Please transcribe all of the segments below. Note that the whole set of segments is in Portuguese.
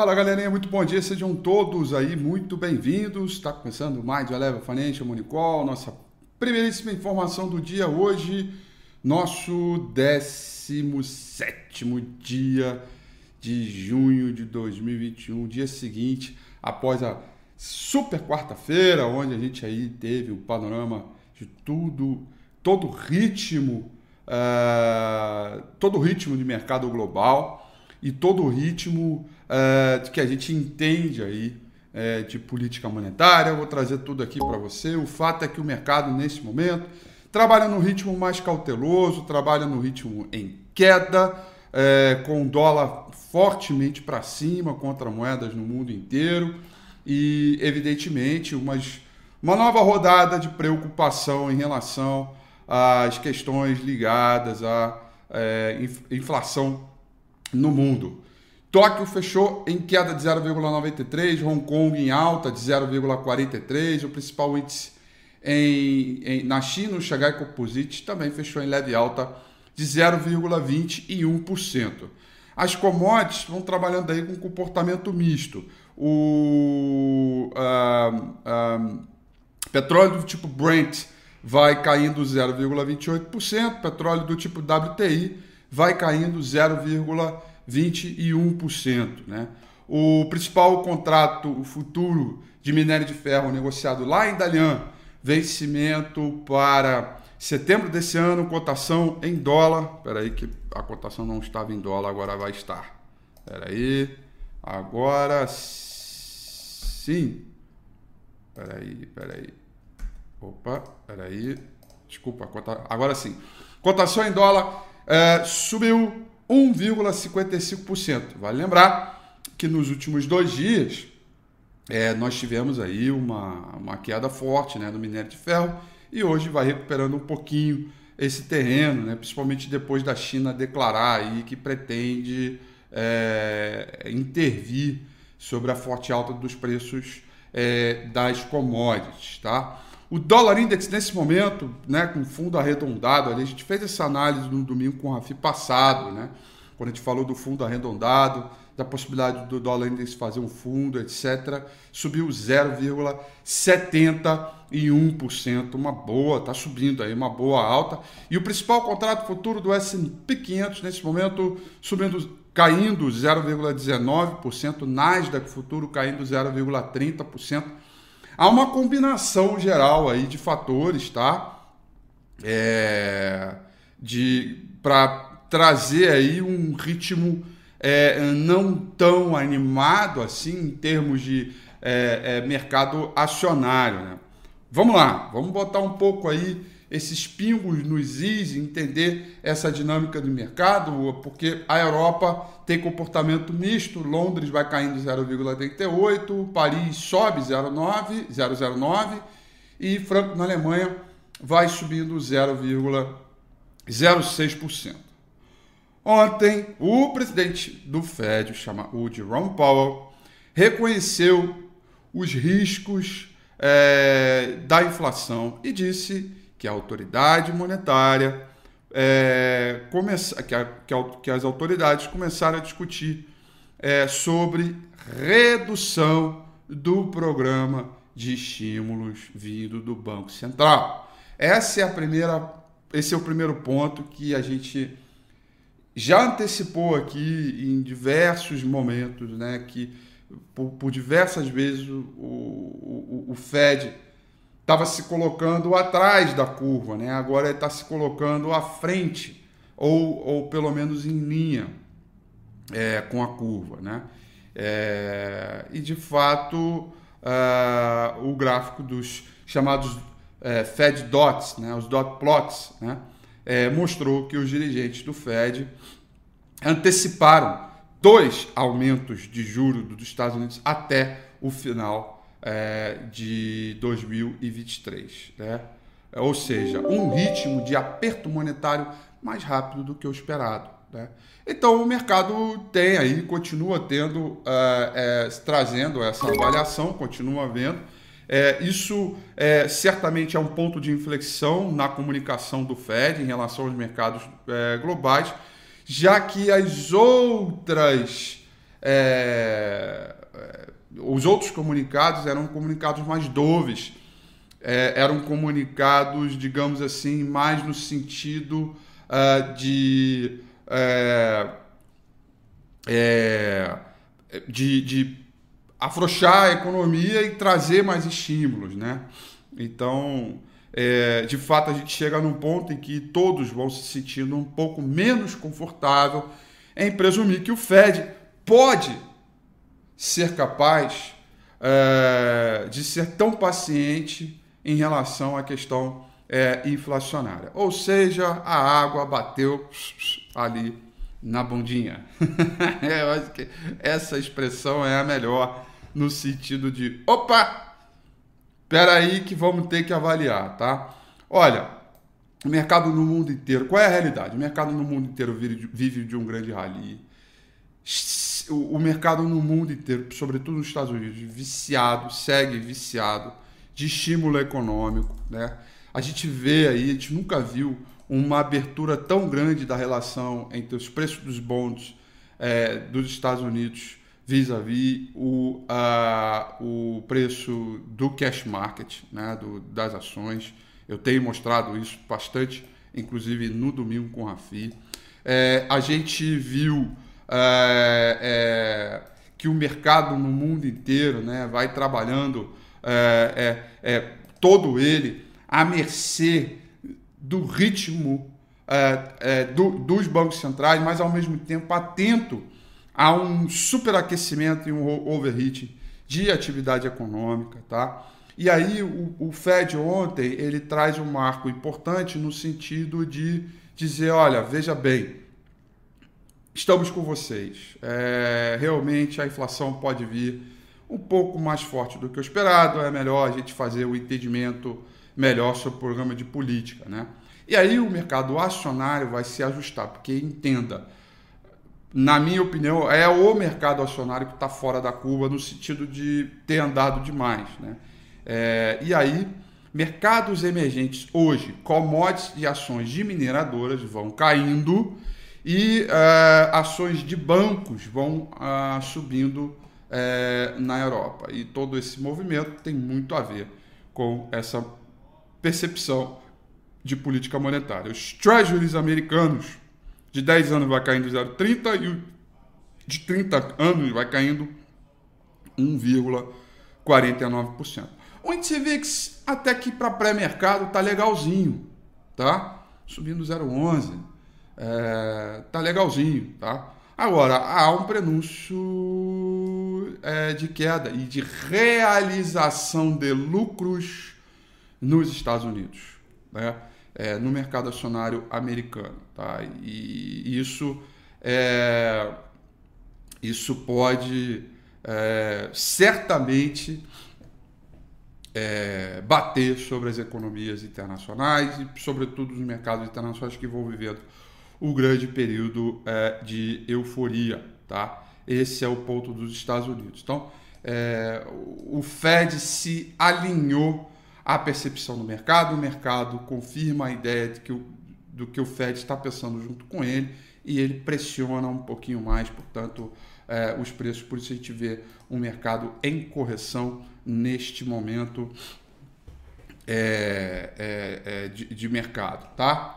Fala galerinha, muito bom dia, sejam todos aí muito bem-vindos. Está começando mais o Eleva Financial Morning Call, nossa primeiríssima informação do dia hoje, nosso 17º dia de junho de 2021, dia seguinte após a super quarta-feira, onde a gente aí teve o panorama de todo o ritmo de mercado global e todo o ritmo que a gente entende aí de política monetária. Eu vou trazer tudo aqui para você. O fato é que o mercado, nesse momento, trabalha no ritmo mais cauteloso, trabalha no ritmo em queda, com o dólar fortemente para cima contra moedas no mundo inteiro e, evidentemente, uma nova rodada de preocupação em relação às questões ligadas à inflação no mundo. Tóquio fechou em queda de 0,93, Hong Kong em alta de 0,43, o principal índice na China, o Xangai Composite, também fechou em leve alta de 0,21%. As commodities vão trabalhando aí com comportamento misto. O petróleo do tipo Brent vai caindo 0,28%, petróleo do tipo WTI vai caindo 0,21%. Né? O principal contrato futuro de minério de ferro negociado lá em Dalian, vencimento para setembro desse ano, cotação em dólar. Espera aí que a cotação não estava em dólar, agora vai estar. Espera aí, agora sim. Espera aí. Opa, espera aí. Desculpa, agora sim. Cotação em dólar subiu 1,55%. Vale lembrar que nos últimos 2 dias nós tivemos aí uma queda forte, né, do minério de ferro, e hoje vai recuperando um pouquinho esse terreno, né, principalmente depois da China declarar aí que pretende intervir sobre a forte alta dos preços das commodities, tá? O dólar index nesse momento, né, com fundo arredondado, ali, a gente fez essa análise no domingo com o Rafi passado, né, quando a gente falou do fundo arredondado, da possibilidade do dólar index fazer um fundo, etc., subiu 0,71%, uma boa, está subindo aí, uma boa alta. E o principal contrato futuro do S&P 500 nesse momento caindo 0,19%, Nasdaq futuro caindo 0,30%. Há uma combinação geral aí de fatores, tá? Para trazer aí um ritmo não tão animado assim em termos de mercado acionário, né? Vamos lá, vamos botar um pouco aí esses pingos nos is e entender essa dinâmica de mercado, porque a Europa tem comportamento misto, Londres vai caindo 0,88, Paris sobe 0,09 e Frankfurt na Alemanha vai subindo 0,06%. Ontem, o presidente do Fed, o Jerome Powell, reconheceu os riscos da inflação e disse que a autoridade monetária, que as autoridades começaram a discutir sobre redução do programa de estímulos vindo do Banco Central. Esse é o primeiro ponto que a gente já antecipou aqui em diversos momentos, né, que por diversas vezes o Fed estava se colocando atrás da curva, né? Agora ele está se colocando à frente, ou pelo menos em linha com a curva, né? E de fato o gráfico dos chamados Fed Dots, né? Os Dot Plots, né? Mostrou que os dirigentes do Fed anteciparam 2 aumentos de juros dos Estados Unidos até o final de 2023, né? Ou seja, um ritmo de aperto monetário mais rápido do que o esperado, né? Então o mercado continua trazendo essa avaliação, continua vendo. Isso certamente é um ponto de inflexão na comunicação do Fed em relação aos mercados globais, já que as outras os outros comunicados eram comunicados mais doves, eram comunicados, digamos assim, mais no sentido de afrouxar a economia e trazer mais estímulos, né? Então, de fato, a gente chega num ponto em que todos vão se sentindo um pouco menos confortável em presumir que o Fed pode ser capaz de ser tão paciente em relação à questão inflacionária. Ou seja, a água bateu ali na bundinha. Eu acho que essa expressão é a melhor no sentido de, opa, espera aí que vamos ter que avaliar, tá? Olha, o mercado no mundo inteiro, qual é a realidade? O mercado no mundo inteiro vive de um grande rally. O mercado no mundo inteiro, sobretudo nos Estados Unidos, segue viciado de estímulo econômico, né? A gente vê aí, a gente nunca viu uma abertura tão grande da relação entre os preços dos bonds dos Estados Unidos vis-à-vis o preço do cash market, né, das ações. Eu tenho mostrado isso bastante, inclusive no domingo com o Rafi. A gente viu que o mercado no mundo inteiro, né, vai trabalhando todo ele à mercê do ritmo dos bancos centrais, mas ao mesmo tempo atento a um superaquecimento e um overheating de atividade econômica, tá? E aí o Fed ontem ele traz um marco importante no sentido de dizer, olha, veja bem, estamos com vocês. Realmente a inflação pode vir um pouco mais forte do que o esperado, é melhor a gente fazer o entendimento melhor sobre o programa de política, né? E aí o mercado acionário vai se ajustar, porque entenda, na minha opinião, é o mercado acionário que está fora da curva no sentido de ter andado demais, né? E aí, mercados emergentes hoje, commodities e ações de mineradoras vão caindo e ações de bancos vão subindo na Europa. E todo esse movimento tem muito a ver com essa percepção de política monetária. Os treasuries americanos de 10 anos vai caindo 0,30 e o de 30 anos vai caindo 1,49%. O índice VIX até que para pré-mercado tá legalzinho, tá? Subindo 0,11, tá legalzinho, tá? Agora, há um prenúncio de queda e de realização de lucros nos Estados Unidos, né? No mercado acionário americano, tá? E isso pode certamente bater sobre as economias internacionais e, sobretudo, os mercados internacionais que vão vivendo o grande período de euforia, tá? Esse é o ponto dos Estados Unidos. Então, o Fed se alinhou à percepção do mercado, o mercado confirma a ideia do que o Fed está pensando junto com ele e ele pressiona um pouquinho mais, portanto, os preços. Por isso a gente vê um mercado em correção neste momento de mercado, tá?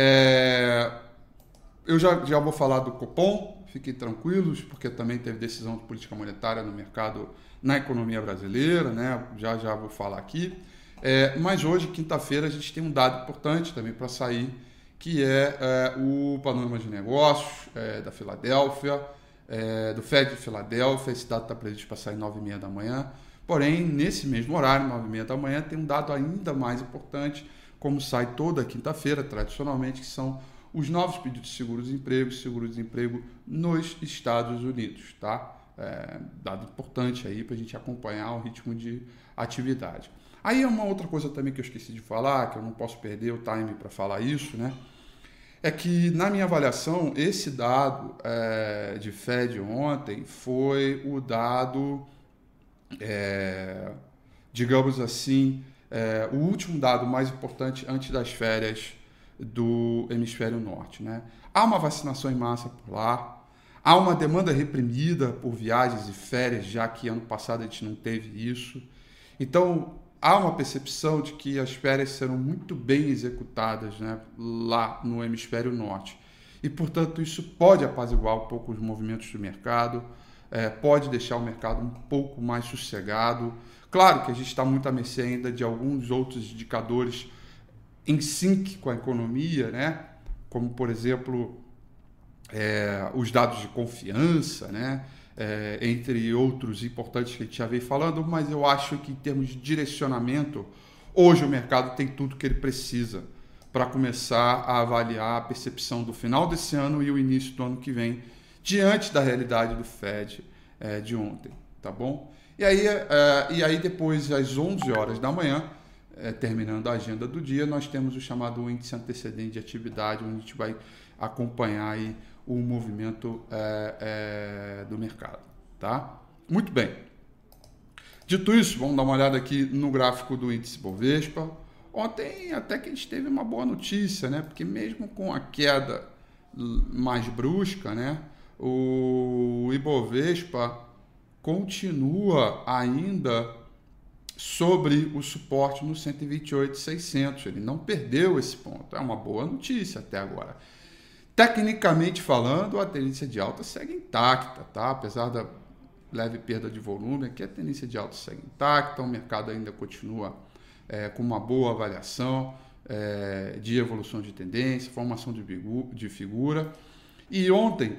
Eu já vou falar do Copom, fiquem tranquilos, porque também teve decisão de política monetária no mercado, na economia brasileira, né? Já vou falar aqui. Mas hoje, quinta-feira, a gente tem um dado importante também para sair, que é o panorama de negócios da Filadélfia, do Fed de Filadélfia. Esse dado está previsto para sair 9h30 da manhã. Porém, nesse mesmo horário, 9h30 da manhã, tem um dado ainda mais importante, como sai toda quinta-feira, tradicionalmente, que são os novos pedidos de seguro-desemprego nos Estados Unidos, tá? Dado importante aí para a gente acompanhar o ritmo de atividade. Aí é uma outra coisa também que eu esqueci de falar, que eu não posso perder o time para falar isso, né? É que, na minha avaliação, esse dado de Fed ontem foi o dado, digamos assim, o último dado mais importante antes das férias do hemisfério norte, né? Há uma vacinação em massa por lá, Há uma demanda reprimida por viagens e férias, já que ano passado a gente não teve isso. Então, há uma percepção de que as férias serão muito bem executadas, né, lá no hemisfério norte. E, portanto, isso pode apaziguar um pouco os movimentos do mercado, pode deixar o mercado um pouco mais sossegado. Claro que a gente está muito à mercê ainda de alguns outros indicadores em sync com a economia, né, como, por exemplo, os dados de confiança, né, entre outros importantes que a gente já veio falando, mas eu acho que em termos de direcionamento, hoje o mercado tem tudo que ele precisa para começar a avaliar a percepção do final desse ano e o início do ano que vem, diante da realidade do Fed de ontem, tá bom? E aí depois, às 11 horas da manhã, terminando a agenda do dia, nós temos o chamado índice antecedente de atividade, onde a gente vai acompanhar aí o movimento do mercado, tá? Muito bem. Dito isso, vamos dar uma olhada aqui no gráfico do índice Bovespa. Ontem até que a gente teve uma boa notícia, né? Porque mesmo com a queda mais brusca, né, o Ibovespa continua ainda sobre o suporte no 128.600. Ele não perdeu esse ponto. É uma boa notícia até agora. Tecnicamente falando, a tendência de alta segue intacta, tá? Apesar da leve perda de volume, aqui a tendência de alta segue intacta, o mercado ainda continua com uma boa avaliação de evolução de tendência, formação de figura. E ontem,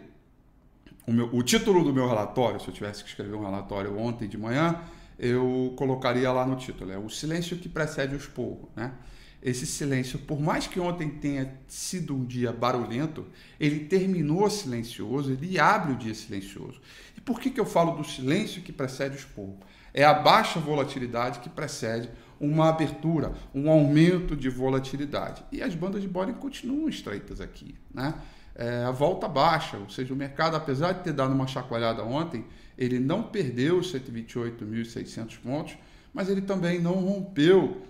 o título do meu relatório, se eu tivesse que escrever um relatório ontem de manhã, eu colocaria lá no título, o silêncio que precede o esporro, né? Esse silêncio, por mais que ontem tenha sido um dia barulhento, ele terminou silencioso, ele abre o dia silencioso. E por que eu falo do silêncio que precede o esporro? É a baixa volatilidade que precede uma abertura, um aumento de volatilidade. E as bandas de Bollinger continuam estreitas aqui, né? A volta baixa, ou seja, o mercado, apesar de ter dado uma chacoalhada ontem, ele não perdeu os 128.600 pontos, mas ele também não rompeu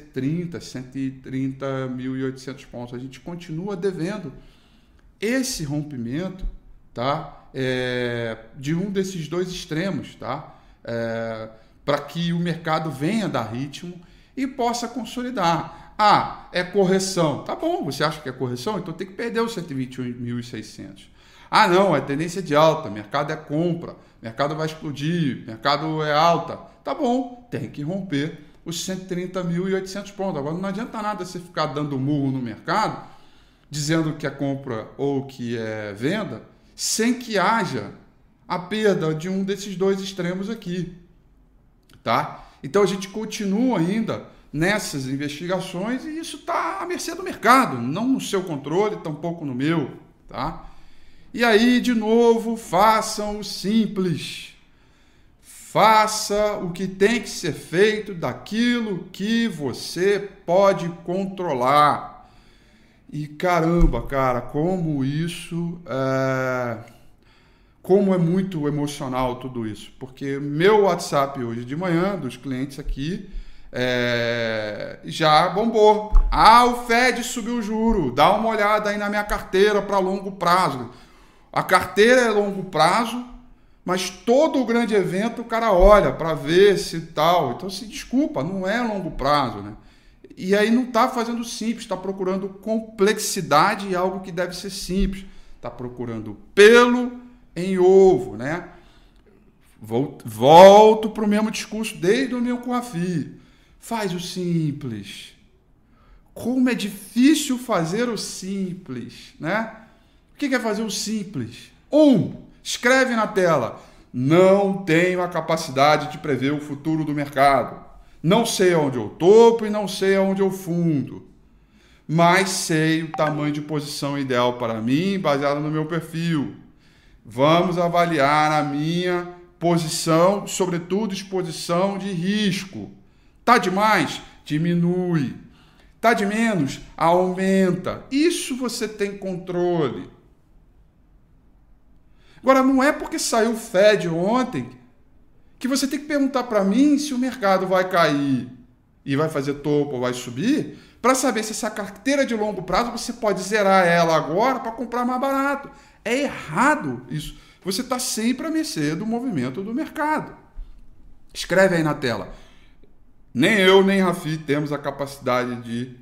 130.800 pontos. A gente continua devendo esse rompimento, tá? De um desses dois extremos, tá? Para que o mercado venha dar ritmo e possa consolidar. É correção. Tá bom, você acha que é correção? Então tem que perder os 121.600. Não, é tendência de alta, mercado é compra, mercado vai explodir, mercado é alta. Tá bom, tem que romper os 130.800 pontos. Agora não adianta nada você ficar dando murro no mercado, dizendo que é compra ou que é venda, sem que haja a perda de um desses dois extremos aqui, tá? Então a gente continua ainda nessas investigações e isso está à mercê do mercado, não no seu controle, tampouco no meu, tá? E aí, de novo, façam o simples. Faça o que tem que ser feito daquilo que você pode controlar. E caramba, cara, como é muito emocional tudo isso. Porque meu WhatsApp hoje de manhã, dos clientes aqui, já bombou. O Fed subiu o juro, dá uma olhada aí na minha carteira para longo prazo. A carteira é longo prazo, mas todo o grande evento o cara olha para ver se tal. Então, desculpa, não é longo prazo, né? E aí não está fazendo simples, está procurando complexidade e algo que deve ser simples. Está procurando pelo em ovo, né? Volto para o mesmo discurso desde o meu Coafi. Faz o simples. Como é difícil fazer o simples, né? O que é fazer o simples? Escreve na tela: não tenho a capacidade de prever o futuro do mercado. Não sei onde eu topo e não sei onde eu fundo. Mas sei o tamanho de posição ideal para mim, baseado no meu perfil. Vamos avaliar a minha posição, sobretudo exposição de risco. Tá demais? Diminui. Tá de menos? Aumenta. Isso você tem controle. Agora, não é porque saiu o Fed ontem que você tem que perguntar para mim se o mercado vai cair e vai fazer topo ou vai subir para saber se essa carteira de longo prazo você pode zerar ela agora para comprar mais barato. É errado isso. Você está sempre a mercê do movimento do mercado. Escreve aí na tela. Nem eu, nem Rafi temos a capacidade de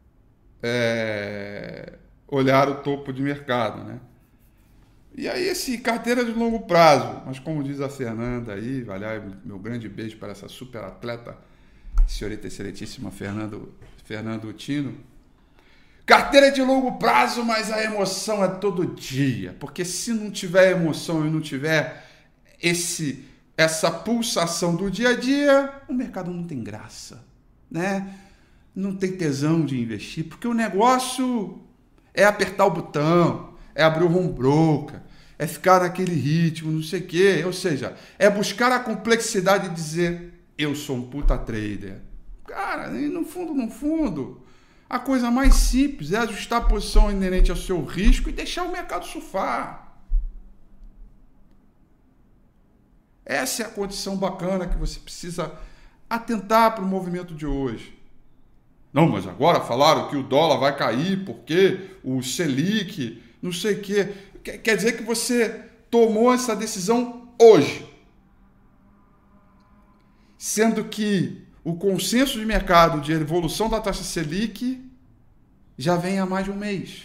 olhar o topo de mercado, né? E aí, carteira de longo prazo. Mas como diz a Fernanda aí, meu grande beijo para essa super atleta, senhorita excelentíssima Fernando Tino. Carteira de longo prazo, mas a emoção é todo dia. Porque se não tiver emoção e não tiver essa pulsação do dia a dia, o mercado não tem graça, né? Não tem tesão de investir, porque o negócio é apertar o botão, é abrir o home broker, é ficar naquele ritmo, não sei o quê. Ou seja, é buscar a complexidade de dizer, eu sou um puta trader. Cara, no fundo, a coisa mais simples é ajustar a posição inerente ao seu risco e deixar o mercado surfar. Essa é a condição bacana que você precisa atentar para o movimento de hoje. Não, mas agora falaram que o dólar vai cair porque o Selic, não sei o quê. Quer dizer que você tomou essa decisão hoje. Sendo que o consenso de mercado de evolução da taxa Selic já vem há mais de um mês.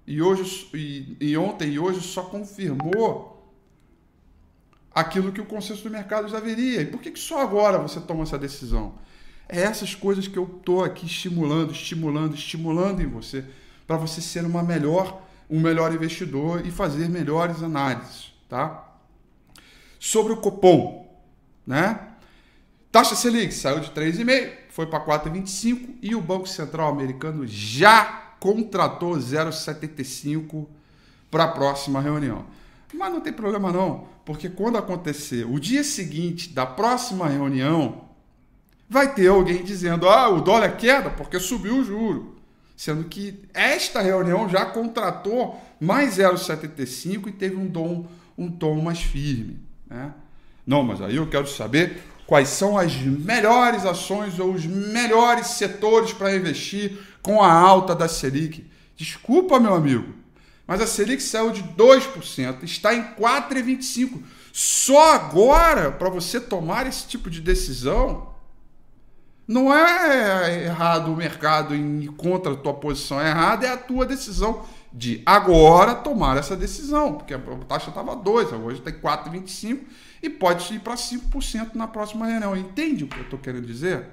E ontem e hoje só confirmou aquilo que o consenso do mercado já veria. E por que só agora você toma essa decisão? É essas coisas que eu estou aqui estimulando em você, para você ser um melhor investidor e fazer melhores análises, tá? Sobre o Copom, né? Taxa Selic saiu de 3,5, foi para 4,25 e o Banco Central americano já contratou 0,75 para a próxima reunião. Mas não tem problema não, porque quando acontecer o dia seguinte da próxima reunião, vai ter alguém dizendo, o dólar é queda porque subiu o juro. Sendo que esta reunião já contratou mais 0,75 e teve um tom mais firme, né? Não, mas aí eu quero saber quais são as melhores ações ou os melhores setores para investir com a alta da Selic. Desculpa, meu amigo, mas a Selic saiu de 2%, está em 4,25%. Só agora, para você tomar esse tipo de decisão, não é errado o mercado ir contra a tua posição, errada é a tua decisão de agora tomar essa decisão, porque a taxa estava 2%, hoje está em 4,25% e pode ir para 5% na próxima reunião. Entende o que eu estou querendo dizer?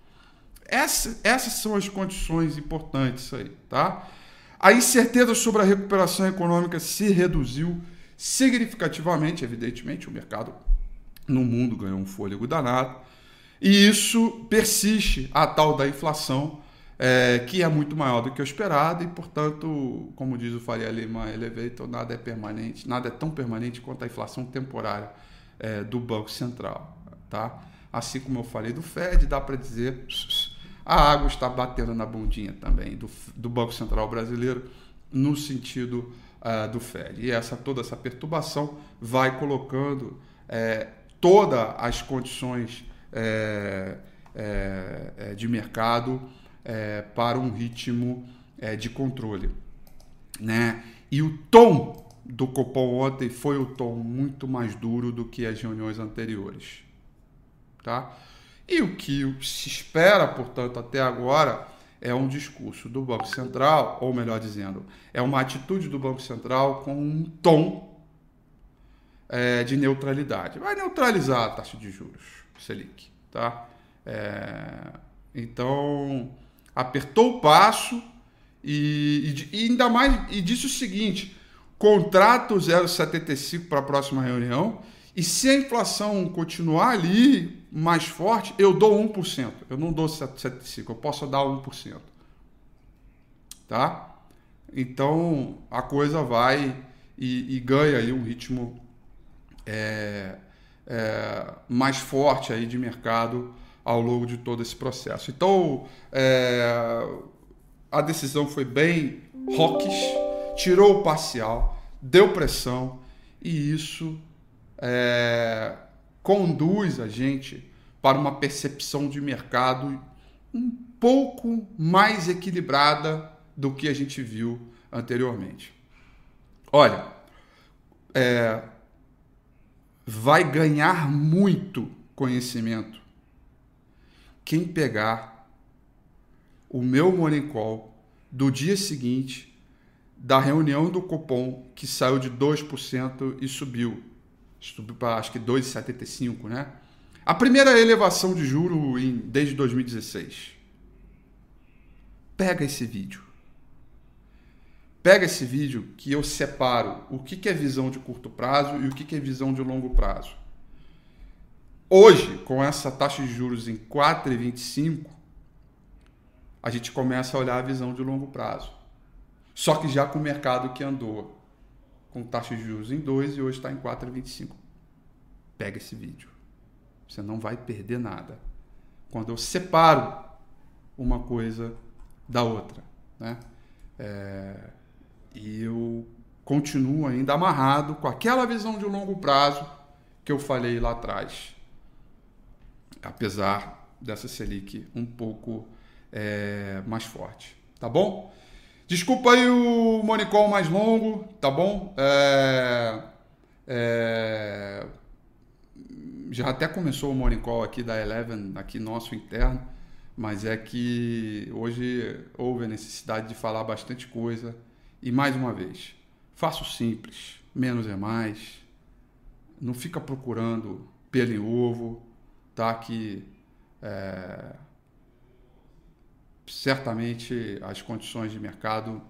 Essas são as condições importantes aí, tá? A incerteza sobre a recuperação econômica se reduziu significativamente, evidentemente, o mercado no mundo ganhou um fôlego danado, e isso persiste, a tal da inflação, que é muito maior do que o esperado, e, portanto, como diz o Faria Lima Elevator, nada é permanente, nada é tão permanente quanto a inflação temporária do Banco Central, tá? Assim como eu falei do Fed, dá para dizer, a água está batendo na bundinha também do Banco Central brasileiro, no sentido do Fed. E toda essa perturbação vai colocando todas as condições de mercado para um ritmo de controle, né? E o tom do Copom ontem foi o tom muito mais duro do que as reuniões anteriores, tá? E o que se espera, portanto, até agora é um discurso do Banco Central, ou melhor dizendo, é uma atitude do Banco Central com um tom de neutralidade. Vai neutralizar a taxa de juros, Selic, tá? Então, apertou o passo e ainda mais, e disse o seguinte, contrato 0,75 para a próxima reunião, e se a inflação continuar ali mais forte, eu dou 1%. Eu não dou 0,75, eu posso dar 1%. Tá? Então, a coisa vai e ganha aí um ritmo mais forte aí de mercado ao longo de todo esse processo. Então, a decisão foi bem hawkish, tirou o parcial, deu pressão, e isso conduz a gente para uma percepção de mercado um pouco mais equilibrada do que a gente viu anteriormente. Olha, vai ganhar muito conhecimento quem pegar o meu Morning Call do dia seguinte da reunião do Copom, que saiu de 2% e subiu para acho que 2,75, né? A primeira elevação de juros desde 2016. Pega esse vídeo. Pega esse vídeo que eu separo o que é visão de curto prazo e o que é visão de longo prazo. Hoje, com essa taxa de juros em 4,25, a gente começa a olhar a visão de longo prazo. Só que já com o mercado que andou com taxa de juros em 2 e hoje está em 4,25. Pega esse vídeo. Você não vai perder nada. Quando eu separo uma coisa da outra, né? E eu continuo ainda amarrado com aquela visão de longo prazo que eu falei lá atrás. Apesar dessa Selic um pouco mais forte. Tá bom? Desculpa aí o Morning Call mais longo, tá bom? Já até começou o Morning Call aqui da Eleven, aqui nosso interno, mas é que hoje houve a necessidade de falar bastante coisa. E mais uma vez, faça o simples, menos é mais. Não fica procurando pelo em ovo, tá? Que certamente as condições de mercado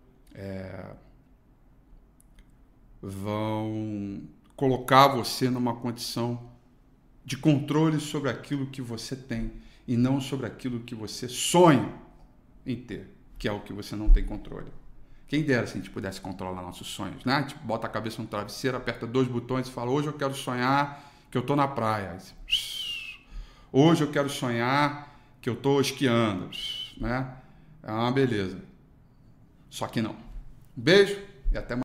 vão colocar você numa condição de controle sobre aquilo que você tem e não sobre aquilo que você sonha em ter, que é o que você não tem controle. Quem dera se a gente pudesse controlar nossos sonhos, né? A gente bota a cabeça no travesseiro, aperta 2 botões e fala: hoje eu quero sonhar que eu estou na praia. Hoje eu quero sonhar que eu estou esquiando, né? É uma beleza. Só que não. Um beijo e até mais.